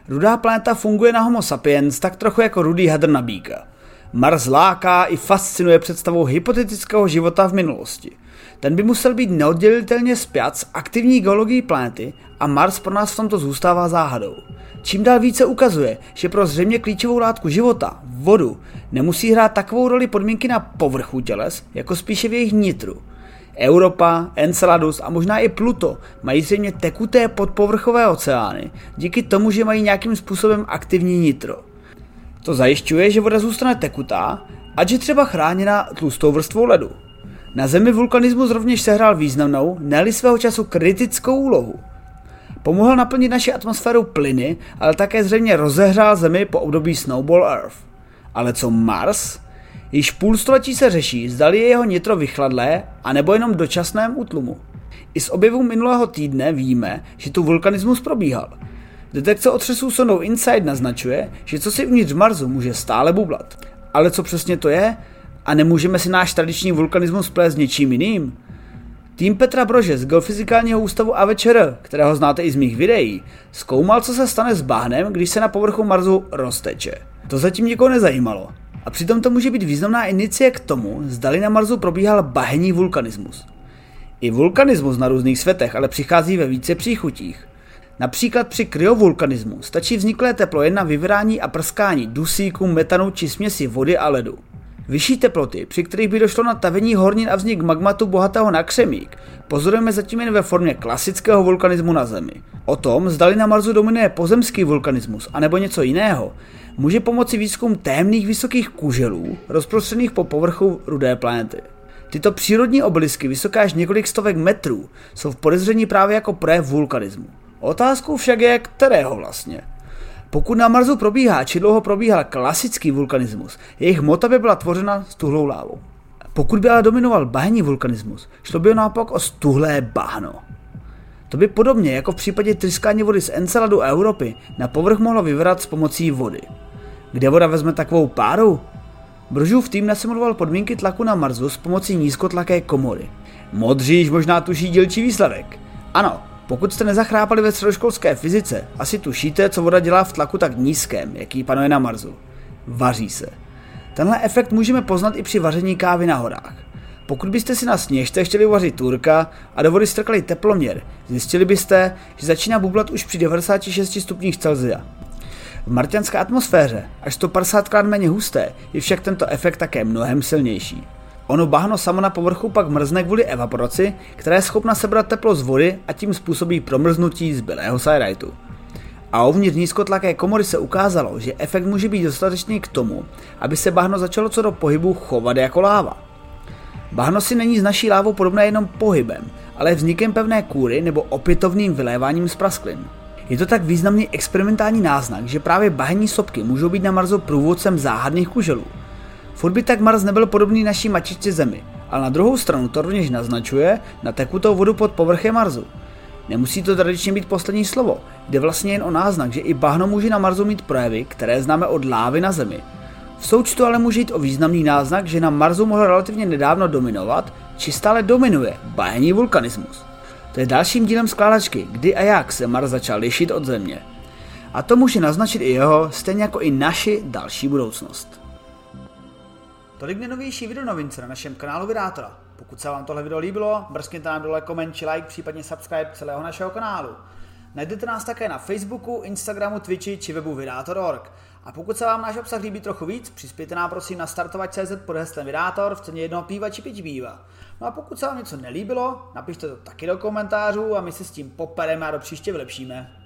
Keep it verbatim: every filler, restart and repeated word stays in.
Rudá planeta funguje na Homo sapiens tak trochu jako rudý hadr na býka. Mars láká i fascinuje představou hypotetického života v minulosti. Ten by musel být neoddělitelně spjat s aktivní geologií planety a Mars pro nás v tomto zůstává záhadou. Čím dál více ukazuje, že pro zřejmě klíčovou látku života, vodu, nemusí hrát takovou roli podmínky na povrchu těles, jako spíše v jejich nitru. Europa, Enceladus a možná i Pluto mají zřejmě tekuté podpovrchové oceány, díky tomu, že mají nějakým způsobem aktivní nitro. To zajišťuje, že voda zůstane tekutá, ať je třeba chráněna tlustou vrstvou ledu. Na Zemi vulkanismus rovněž sehrál významnou, ne-li svého času kritickou úlohu. Pomohl naplnit naši atmosféru plyny, ale také zřejmě rozehřál Zemi po období Snowball Earth. Ale co Mars? Již půl století se řeší, zdali je jeho nitro vychladlé, anebo jenom dočasném útlumu. I z objevů minulého týdne víme, že tu vulkanismus probíhal. Detekce otřesů sondou InSight naznačuje, že co si uvnitř Marsu může stále bublat. Ale co přesně to je? A nemůžeme si náš tradiční vulkanismus splést s něčím jiným? Tým Petra Brože z Geofyzikálního ústavu A V Č R, kterého znáte i z mých videí, zkoumal, co se stane s bahnem, když se na povrchu Marsu rozteče. To zatím nikoho nezajímalo. A přitom to může být významná indicie k tomu, zdali na Marsu probíhal bahenní vulkanismus. I vulkanismus na různých světech ale přichází ve více příchutích. Například při kryovulkanismu stačí vzniklé teplo jen na vyvrání a prskání dusíku, metanu či směsi vody a ledu. Vyšší teploty, při kterých by došlo na tavení hornin a vznik magmatu bohatého na křemík, pozorujeme zatím jen ve formě klasického vulkanismu na Zemi. O tom, zdali na Marsu dominuje pozemský vulkanismus anebo něco jiného, může pomoci výzkum temných vysokých kuželů rozprostřených po povrchu rudé planety. Tyto přírodní obelisky vysoké až několik stovek metrů jsou v podezření právě jako projev vulkanismu. Otázkou však je, kterého vlastně. Pokud na Marsu probíhá či dlouho probíhal klasický vulkanismus, jejich hmota by byla tvořena stuhlou lávou. Pokud by ale dominoval bahenní vulkanismus, šlo by naopak o stuhlé bahno. To by podobně jako v případě tryskání vody z Enceladu a Europy na povrch mohlo vyvrat s pomocí vody. Kde voda vezme takovou páru? Brožův tým nasimuloval podmínky tlaku na Marsu s pomocí nízkotlaké komory. Modří již možná tuší dílčí výsledek. Ano, pokud jste nezachrápali ve středoškolské fyzice, asi tušíte, co voda dělá v tlaku tak nízkém, jaký panuje na Marsu. Vaří se. Tenhle efekt můžeme poznat i při vaření kávy na horách. Pokud byste si na sněžce chtěli uvařit turka a do vody strkali teploměr, zjistili byste, že začíná bublat už při devadesáti šesti stupních Celsia. V marťanské atmosféře, až sto padesát krát méně husté, je však tento efekt také mnohem silnější. Ono bahno samo na povrchu pak mrzne kvůli evaporaci, která je schopna sebrat teplo z vody a tím způsobí promrznutí zbylého sieritu. A uvnitř nízkotlaké komory se ukázalo, že efekt může být dostatečný k tomu, aby se bahno začalo co do pohybu chovat jako láva. Bahno si není s naší lávou podobné jenom pohybem, ale vznikem pevné kůry nebo opětovným vyléváním z prasklin. Je to tak významný experimentální náznak, že právě bahenní sopky můžou být na Marsu průvodcem záhadných kuželů. Furt by tak Mars nebyl podobný naší mačičce Zemi, ale na druhou stranu to rovněž naznačuje na tekutou vodu pod povrchem Marsu. Nemusí to tradičně být poslední slovo, jde vlastně jen o náznak, že i bahno může na Marsu mít projevy, které známe od lávy na Zemi. V součtu ale může jít o významný náznak, že na Marsu mohl relativně nedávno dominovat, či stále dominuje bahenní vulkanismus. To je dalším dílem skládačky, kdy a jak se Mars začal lišit od Země. A to může naznačit i jeho, stejně jako i naši další budoucnost. Tolik nejnovější videonovince na našem kanálu Vydátora. Pokud se vám tohle video líbilo, mrskněte nám dole koment či like, případně subscribe celého našeho kanálu. Najdete nás také na Facebooku, Instagramu, Twitchi či webu vydátor tečka org. A pokud se vám náš obsah líbí trochu víc, přispějte nám prosím na startovač tečka cé zet pod heslem Vydátor v ceně jednoho piva či pěti piva. No a pokud se vám něco nelíbilo, napište to taky do komentářů a my se s tím popereme a do příště vylepšíme.